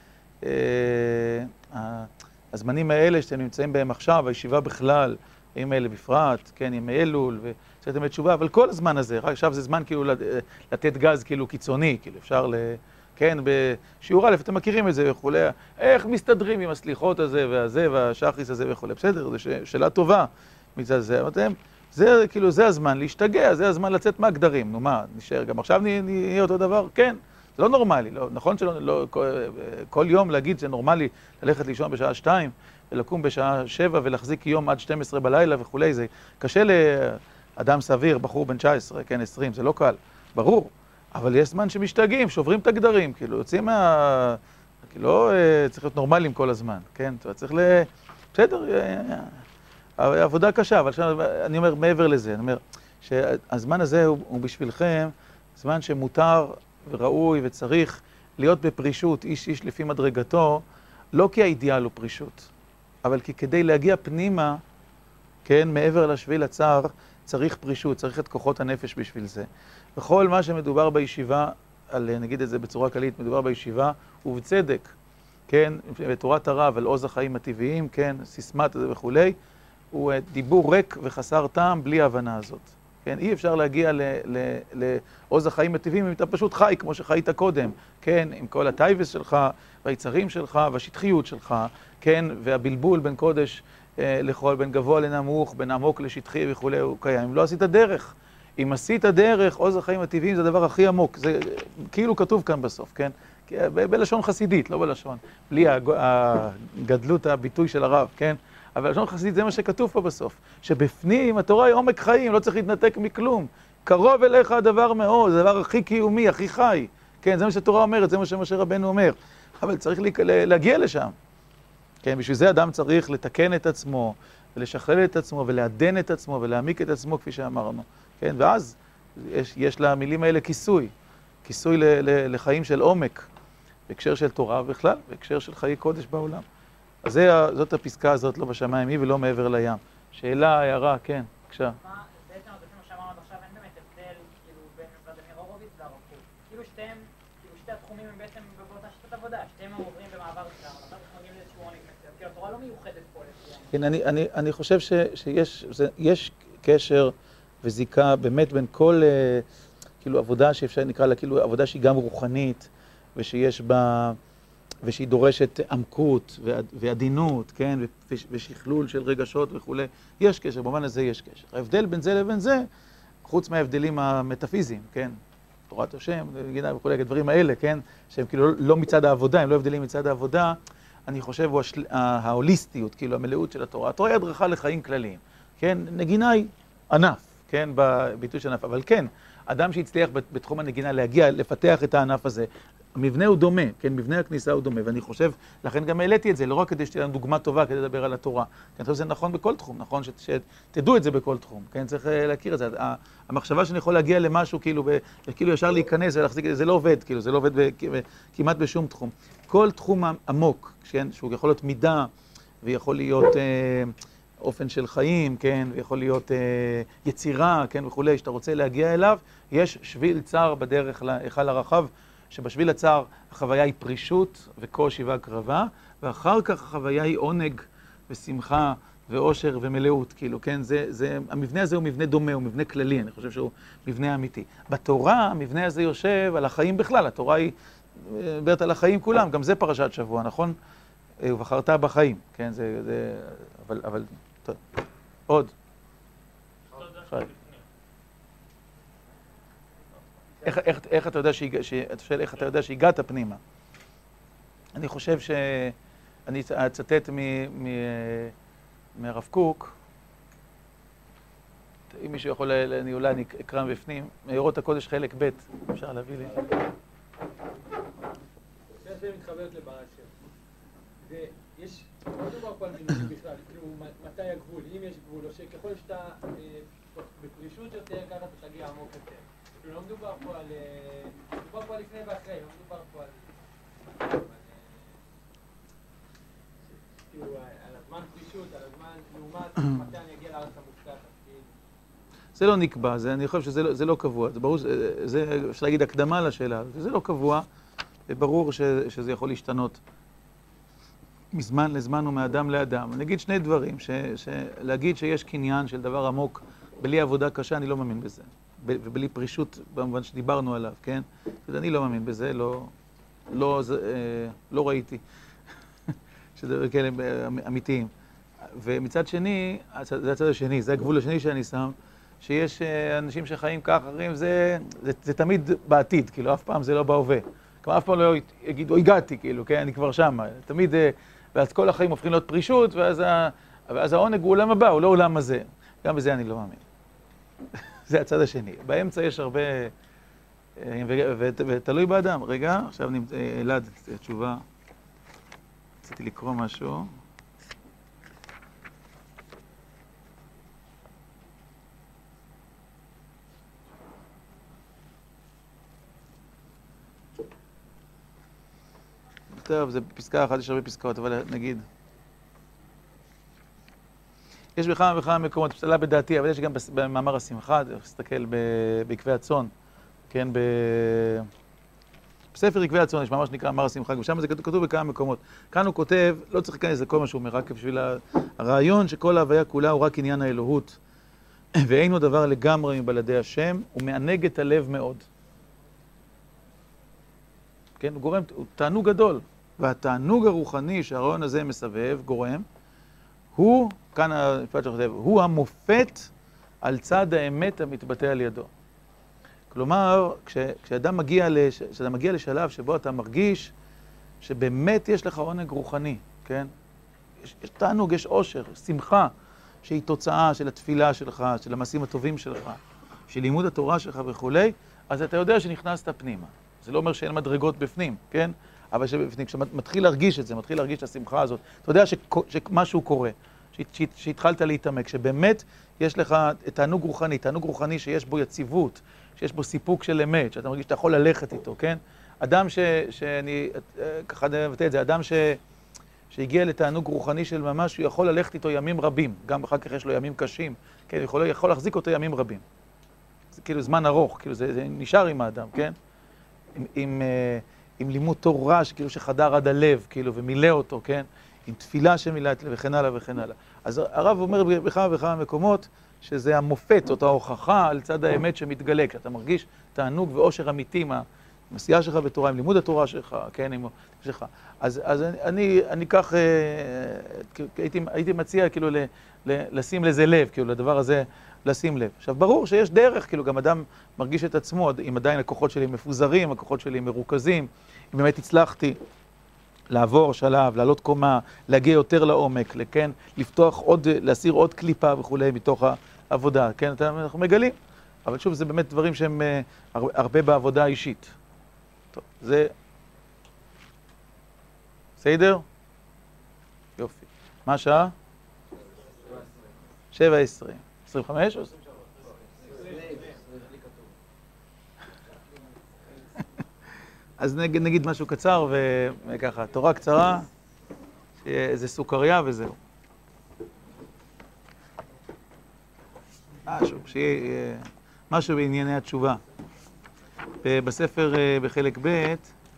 הזמנים האלה שאתם נמצאים בהם עכשיו, הישיבה בכלל, הימים האלה בפרט, כן, ימי אלול, וצריכתם לתשובה, אבל כל הזמן הזה, רק עכשיו זה זמן כאילו לתת גז כאילו קיצוני, כאילו אפשר כן, בשיעור א', אתם מכירים את זה וכולי, איך מסתדרים עם הסליחות הזה והזה והשחריס הזה וכולי, בסדר, זו שאלה טובה. מצד זה, זה כאילו, זה הזמן להשתגע, זה הזמן לצאת מהגדרים, נו מה, נשאר גם עכשיו נהיה אותו דבר? כן, זה לא נורמלי, נכון שלא, כל יום להגיד זה נורמלי ללכת לישון בשעה 2 ולקום בשעה 7 ולהחזיק יום עד 12 בלילה וכולי, זה קשה לאדם סביר, בחור בן 19, כן, 20, זה לא קל, ברור, אבל יש זמן שמשתגעים, שוברים את הגדרים, כאילו, יוצאים כאילו, צריך להיות נורמליים כל הזמן, כן, צריך בסדר, עבודה קשה, אבל אני אומר מעבר לזה, אני אומר שהזמן הזה הוא בשבילכם זמן שמותר וראוי וצריך להיות בפרישות, איש איש לפי מדרגתו, לא כי האידיאל הוא פרישות, אבל כי כדי להגיע פנימה, כן, מעבר לשביל הצער, צריך פרישות, צריך את כוחות הנפש בשביל זה. וכל מה שמדובר בישיבה, נגיד את זה בצורה כללית, מדובר בישיבה, ובצדק, כן, בתורת הרב על עוז החיים הטבעיים, כן, סיסמת וכולי, הוא דיבור ריק וחסר טעם בלי ההבנה הזאת. כן, אי אפשר להגיע לעוז החיים הטבעיים אם אתה פשוט חי כמו שחיית קודם, כן, עם כל הטייבס שלך, והיצרים שלך, והשטחיות שלך, כן, והבלבול בין קודש לחול, בין גבוה לנמוך, בין עמוק לשטחי וכולי, הוא קיים. אם לא עשית דרך, אם עשית דרך, עוז החיים הטבעיים זה הדבר הכי עמוק, זה כאילו כתוב כאן בסוף, כן? בלשון חסידית, לא בלשון, בלי הגדלות הביטוי של הרב, כן? אבל בלשון חסידית זה מה שכתוב פה בסוף, שבפנים התורה היא עומק חיים, לא צריך להתנתק מכלום. קרוב אליך הדבר מאוד, זה הדבר הכי קיומי, הכי חי, כן? זה מה שהתורה אומרת, זה מה שמשה רבנו אומר, אבל צריך להגיע לשם. כן, בשביל זה אדם צריך לתקן את עצמו, ולשכלל את עצמו, ולעדן את עצמו, ולהעמיק את עצמו, כפי שאמרנו. כן, ואז יש למילים האלה כיסוי, כיסוי לחיים של עומק, בהקשר של תורה בכלל, בהקשר של חיי קודש בעולם. אז זאת הפסקה הזאת, לא בשמיים היא ולא מעבר לים. שאלה, הערה, כן, בבקשה. בעצם, אז לפי מה שאמרנו עד עכשיו, אין באמת הבדל, כאילו, בין ולדימיר הורוביץ והרב קוק. כאילו שתי התחומים הם בעצם באותה שיטת עבודה, שתיהם עוברים במעבר שלנו, עכשיו אנחנו מגיעים לאיזשהו עונג מסוים, כאילו התורה לא מיוחדת פה לפי. כן, אני חושב שיש קשר וזיקה באמת בין כל, כאילו, עבודה שאפשר נקרא לה, כאילו, עבודה שהיא גם רוחנית, ושיש בה, ושהיא דורשת עמקות ועדינות, כן, ושכלול של רגשות וכולי. יש קשר, במובן הזה יש קשר. ההבדל בין זה לבין זה, חוץ מההבדלים המטאפיזיים, כן, תורת השם, גינה וכולי, הדברים האלה, כן, שהם כאילו לא מצד העבודה, הם לא הבדלים מצד העבודה, אני חושב, הוא ההוליסטיות, כאילו, המלאות של התורה. התורה היא הדרכה לחיים כלליים, כן, נגינה היא ענף, כן, בביטוי של ענף, אבל כן, אדם שהצליח בתחום הנגינה להגיע, לפתח את הענף הזה, המבנה הוא דומה, כן, מבנה הכניסה הוא דומה, ואני חושב, לכן גם העליתי את זה, לא רק כדי שתהיה לנו דוגמה טובה כדי לדבר על התורה, כי אני חושב שזה נכון בכל תחום, נכון שתדעו את זה בכל תחום, כן, צריך להכיר את זה. המחשבה שאני יכול להגיע למשהו, כאילו ישר להיכנס ולהחזיק את זה, זה לא עובד, כאילו, זה לא עובד כמעט בשום תחום. כל תחום עמוק, שהוא יכול להיות מידה, ויכול להיות אופן של חיים, כן, ויכול להיות יצירה, כן, וכולי, שאתה רוצה להגיע אליו, יש שביל צר בדרך להיכל הרחב, שבשביל הצער החוויה היא פרישות וקושי והקרבה, ואחר כך החוויה היא עונג ושמחה ואושר ומלאות, כאילו, כן, המבנה הזה הוא מבנה דומה, הוא מבנה כללי, אני חושב שהוא מבנה אמיתי. בתורה, המבנה הזה יושב על החיים בכלל, התורה היא מדברת על החיים כולם, גם זה פרשת שבוע, נכון? ובחרת בחיים, כן, אבל, טוב, עוד. איך אתה יודע שהגעת פנימה? אני חושב אני אצטט מהרב קוק, אם מישהו יכול, אולי אני אקרא בפנים, מאורות הקודש חלק ב', אפשר להביא לי. זה מתחברת לבעל שם. ויש, לא מדובר פה על מינוי בכלל, כאילו מתי הגבול, אם יש גבול, או שככל שאתה בפרישות יותר, ככה אתה תגיע עמוק יותר. לא מדובר פה על לפני ואחרי, לא מדובר פה על הזמן פרישות, על הזמן לעומת מתי אני אגיע לארץ המובטחת. זה לא נקבע, אני חושב שזה לא קבוע, זה ברור, זה אפשר להגיד הקדמה לשאלה, זה לא קבוע, וברור שזה יכול להשתנות מזמן לזמן ומאדם לאדם. אני אגיד שני דברים, להגיד שיש קניין של דבר עמוק בלי עבודה קשה, אני לא מאמין בזה. ובלי פרישות, במובן שדיברנו עליו, כן? אני לא מאמין בזה, לא ראיתי שזה כאלה אמיתיים. ומצד שני, זה הצד השני, זה הגבול השני שאני שם, שיש אנשים שחיים כך, אחרים, זה תמיד בעתיד, כאילו, אף פעם זה לא בהווה. כלומר, אף פעם לא יגידו, הגעתי, כאילו, כן, אני כבר שם. תמיד, ואז כל החיים הופכים להיות פרישות, ואז העונג הוא עולם הבא, הוא לא עולם הזה. גם בזה אני לא מאמין. זה הצד השני. באמצע יש הרבה, ותלוי באדם. רגע, עכשיו אלעד, תשובה. רציתי לקרוא משהו. טוב, זה פסקה אחת, יש הרבה פסקאות, אבל נגיד. יש בכמה וכמה מקומות, פסלה בדעתי, אבל יש גם במאמר השמחה, צריך להסתכל בעקבי הצאן, כן, בספר עקבי הצאן, יש ממש נקרא מאמר השמחה, ושם זה כתוב בכמה מקומות. כאן הוא כותב, לא צריך להיכנס לכל מה שהוא אומר, רק בשביל הרעיון שכל ההוויה כולה הוא רק עניין האלוהות, ואין לו דבר לגמרי מבלעדי השם, הוא מענג את הלב מאוד. כן, הוא גורם, הוא תענוג גדול, והתענוג הרוחני שהרעיון הזה מסבב, גורם, הוא, כאן המשפט שכותב, הוא המופת על צד האמת המתבטא על ידו. כלומר, כשאדם מגיע לשלב שבו אתה מרגיש שבאמת יש לך עונג רוחני, כן? יש תענוג, יש עושר, שמחה, שהיא תוצאה של התפילה שלך, של המעשים הטובים שלך, של לימוד התורה שלך וכולי, אז אתה יודע שנכנסת פנימה. זה לא אומר שאין מדרגות בפנים, כן? אבל שבפנים, כשמתחיל להרגיש את זה, מתחיל להרגיש את השמחה הזאת, אתה יודע שמשהו קורה, שהתחלת להתעמק, שבאמת יש לך תענוג רוחני שיש בו יציבות, שיש בו סיפוק של אמת, שאתה מרגיש שאתה יכול ללכת איתו, כן? אדם שאני ככה מבטא את זה, אדם שהגיע לתענוג רוחני של ממש, הוא יכול ללכת איתו ימים רבים, גם אחר כך יש לו ימים קשים, כן? הוא יכול להחזיק אותו ימים רבים. זה כאילו זמן ארוך, כאילו זה נשאר עם האדם, כן? עם לימוד תורה, כאילו שחדר עד הלב, כאילו, ומילא אותו, כן? עם תפילה שמילא את וכן הלאה וכן הלאה. אז הרב אומר בכמה וכמה מקומות, שזה המופת, זאת ההוכחה על צד האמת שמתגלה, כשאתה מרגיש תענוג ואושר אמיתי עם העשייה שלך בתורה, עם לימוד התורה שלך, כן, עם שלך. אז אני כך, הייתי מציע כאילו לשים לזה לב, כאילו לדבר הזה לשים לב. עכשיו, ברור שיש דרך, כאילו גם אדם מרגיש את עצמו, אם עדיין הכוחות שלי מפוזרים, הכוחות שלי מרוכזים, אם באמת הצלחתי לעבור שלב, לעלות קומה, להגיע יותר לעומק, כן, לפתוח עוד, להסיר עוד קליפה וכולי מתוך העבודה, כן, אנחנו מגלים. אבל שוב, זה באמת דברים שהם הרבה בעבודה אישית. טוב, זה... בסדר? יופי. מה השעה? 7:20. 25 או 23? אז נגיד משהו קצר וככה, תורה קצרה, איזה סוכריה וזהו. שיהיה משהו בענייני התשובה. בספר בחלק ב'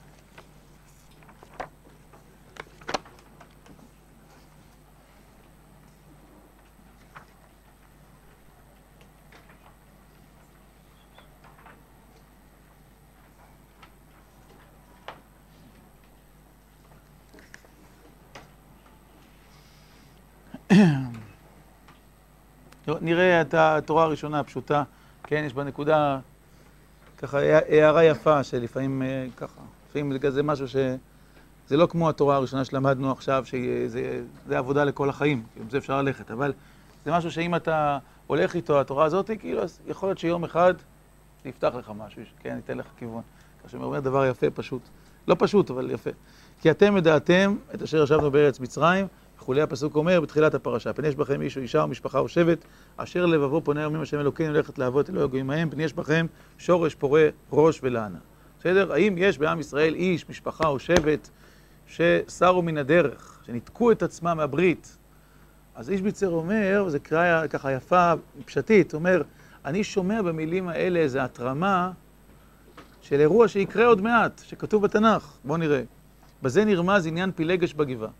נראה את התורה הראשונה הפשוטה, כן, יש בה נקודה, ככה, הערה יפה שלפעמים ככה, לפעמים זה משהו שזה לא כמו התורה הראשונה שלמדנו עכשיו, שזה עבודה לכל החיים, עם זה אפשר ללכת, אבל זה משהו שאם אתה הולך איתו, התורה הזאת, כאילו, אז יכול להיות שיום אחד יפתח לך משהו, כן, ייתן לך כיוון. כך שאומר דבר יפה, פשוט, לא פשוט, אבל יפה. כי אתם ידעתם את אשר ישבנו בארץ מצרים, וכולי הפסוק אומר בתחילת הפרשה, פן יש בכם איש או אישה או משפחה או שבט, אשר לבבו פונה ימים השם אלוקינו ללכת לעבוד אלוהי הגויים ההם, פן יש בכם שורש פורה ראש ולענה. בסדר? האם יש בעם ישראל איש, משפחה או שבט שסרו מן הדרך, שניתקו את עצמם מהברית? אז איש ביצר אומר, וזו קריאה ככה יפה, פשטית, אומר, אני שומע במילים האלה איזו התרמה של אירוע שיקרה עוד מעט, שכתוב בתנ"ך. בואו נראה. בזה נרמז עניין פילגש בגבעה.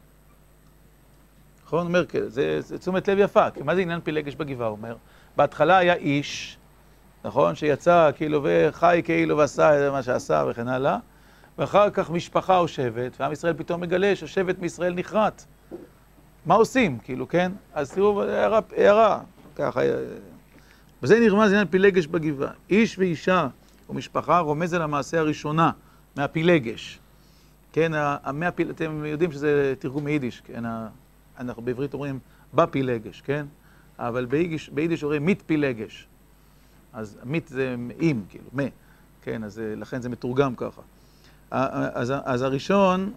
נכון? אומר, זה תשומת לב יפה, כי מה זה עניין פילגש בגבעה? הוא אומר, בהתחלה היה איש, נכון? שיצא כאילו וחי כאילו ועשה מה שעשה וכן הלאה, ואחר כך משפחה או שבט, ועם ישראל פתאום מגלה שהשבט מישראל נחרט. מה עושים? כאילו, כן? אז תראו, הערה, ככה, בזה נרמז עניין פילגש בגבעה. איש ואישה ומשפחה רומז על המעשה הראשונה מהפילגש. כן, אתם יודעים שזה תרגום מיידיש, כן? אנחנו בעברית אומרים בפילגש, כן? אבל ביידיש אומרים מית פילגש. אז מית זה עם, כאילו, מה, כן? אז לכן זה מתורגם ככה. אז הראשון,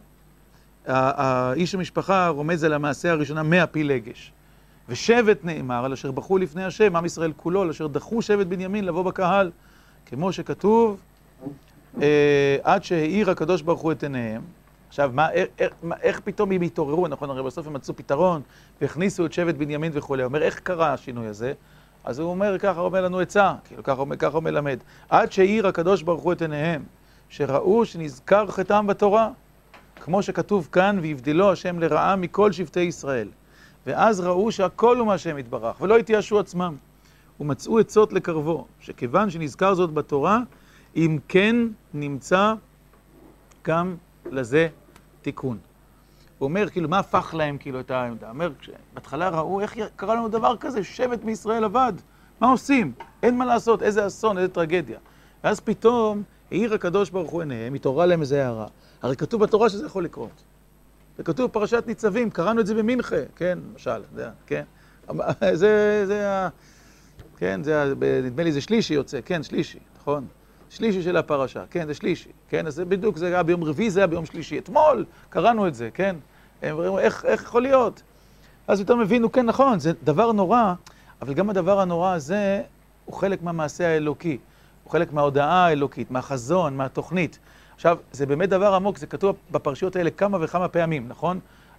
האיש המשפחה רומז על המעשה הראשונה מהפילגש. ושבט נאמר על אשר בחו לפני השם, עם ישראל כולו, על אשר דחו שבט בנימין לבוא בקהל, כמו שכתוב, עד שהאיר הקדוש ברוך הוא את עיניהם. עכשיו, איך פתאום הם התעוררו? נכון, הרי בסוף הם מצאו פתרון, והכניסו את שבט בנימין וכו'. הוא אומר, איך קרה השינוי הזה? אז הוא אומר, ככה אומר לנו עצה, כאילו, ככה הוא מלמד. עד שהאיר הקדוש ברוך הוא את עיניהם, שראו שנזכר חטאם בתורה, כמו שכתוב כאן, ויבדלו השם לרעה מכל שבטי ישראל. ואז ראו שהכל הוא מהשם יתברך, ולא התייאשו עצמם, ומצאו עצות לקרבו, שכיוון שנזכר זאת בתורה, אם כן נמצא גם לזה תיקון. הוא אומר, כאילו, מה הפך להם, כאילו, את העמדה? הוא אומר, בהתחלה ראו, איך קרה לנו דבר כזה? שבט מישראל עבד. מה עושים? אין מה לעשות, איזה אסון, איזה טרגדיה. ואז פתאום, העיר הקדוש ברוך הוא עיניהם, התעוררה להם איזה הערה. הרי כתוב בתורה שזה יכול לקרות. זה כתוב בפרשת ניצבים, קראנו את זה במנחה, כן, למשל, כן. כן, נדמה לי זה שלישי יוצא, כן, שלישי, נכון? שלישי של הפרשה, כן, זה שלישי, כן, אז זה בדיוק, זה היה ביום רביעי, זה היה ביום שלישי. אתמול קראנו את זה, כן? הם אומרים, איך יכול להיות? אז פתאום הבינו, כן, נכון, זה דבר נורא, אבל גם הדבר הנורא הזה הוא חלק מהמעשה האלוקי, הוא חלק מההודעה האלוקית, מהחזון, מהתוכנית. עכשיו, זה באמת דבר עמוק, זה כתוב בפרשיות האלה כמה וכמה פעמים, נכון?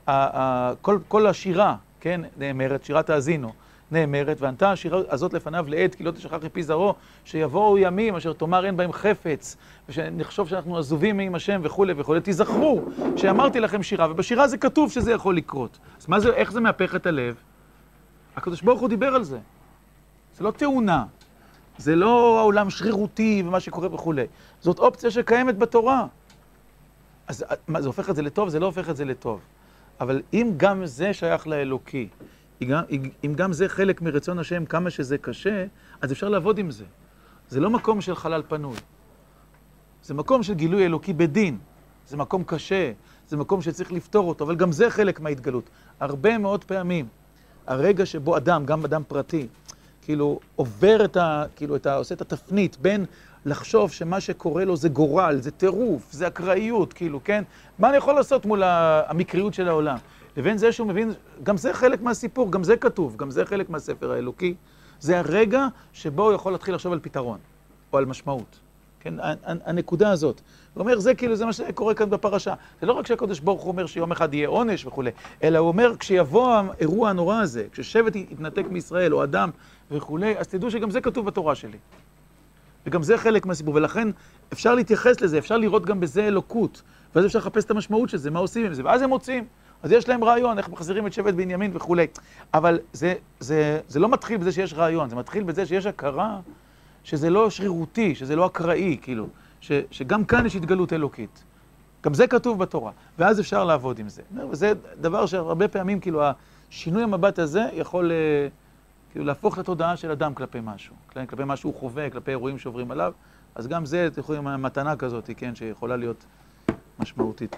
כל השירה, כן, נאמרת, שירת האזינו, נאמרת, וענתה השירה הזאת לפניו לעד, כי לא תשכח מפי זרעו, שיבואו ימים אשר תאמר אין בהם חפץ, ושנחשוב שאנחנו עזובים עם השם וכו' וכו'. תזכרו שאמרתי לכם שירה, ובשירה זה כתוב שזה יכול לקרות. אז מה זה, איך זה מהפך את הלב? הקדוש ברוך הוא דיבר על זה. זה לא תאונה, זה לא העולם שרירותי ומה שקורה וכו'. זאת אופציה שקיימת בתורה. אז מה, זה הופך את זה לטוב? זה לא הופך את זה לטוב. אבל אם גם זה שייך לאלוקי, אם גם זה חלק מרצון השם, כמה שזה קשה, אז אפשר לעבוד עם זה. זה לא מקום של חלל פנוי. זה מקום של גילוי אלוקי בדין. זה מקום קשה, זה מקום שצריך לפתור אותו, אבל גם זה חלק מההתגלות. הרבה מאוד פעמים, הרגע שבו אדם, גם אדם פרטי, כאילו עובר עושה את התפנית בין לחשוב שמה שקורה לו זה גורל, זה טירוף, זה אקראיות, כאילו, כן? מה אני יכול לעשות מול המקריות של העולם? לבין זה שהוא מבין, גם זה חלק מהסיפור, גם זה כתוב, גם זה חלק מהספר האלוקי. זה הרגע שבו הוא יכול להתחיל לחשוב על פתרון, או על משמעות. כן, הנקודה הזאת. הוא אומר, זה כאילו, זה מה שקורה כאן בפרשה. זה לא רק שהקדוש ברוך הוא אומר שיום אחד יהיה עונש וכו', אלא הוא אומר, כשיבוא האירוע הנורא הזה, כששבט יתנתק מישראל, או אדם וכו', אז תדעו שגם זה כתוב בתורה שלי. וגם זה חלק מהסיפור, ולכן אפשר להתייחס לזה, אפשר לראות גם בזה אלוקות, ואז אפשר לחפש את המשמעות של זה, מה עושים עם זה, ואז הם מוצאים. אז יש להם רעיון, איך מחזירים את שבט בנימין וכו'. אבל זה לא מתחיל בזה שיש רעיון, זה מתחיל בזה שיש הכרה שזה לא שרירותי, שזה לא אקראי, כאילו, שגם כאן יש התגלות אלוקית. גם זה כתוב בתורה, ואז אפשר לעבוד עם זה. וזה דבר שהרבה פעמים, כאילו, השינוי המבט הזה יכול כאילו להפוך את התודעה של אדם כלפי משהו. כלפי משהו הוא חווה, כלפי אירועים שעוברים עליו. אז גם זה, אתם יכולים, מתנה כזאת, כן, שיכולה להיות משמעותית.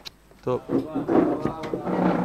טוב.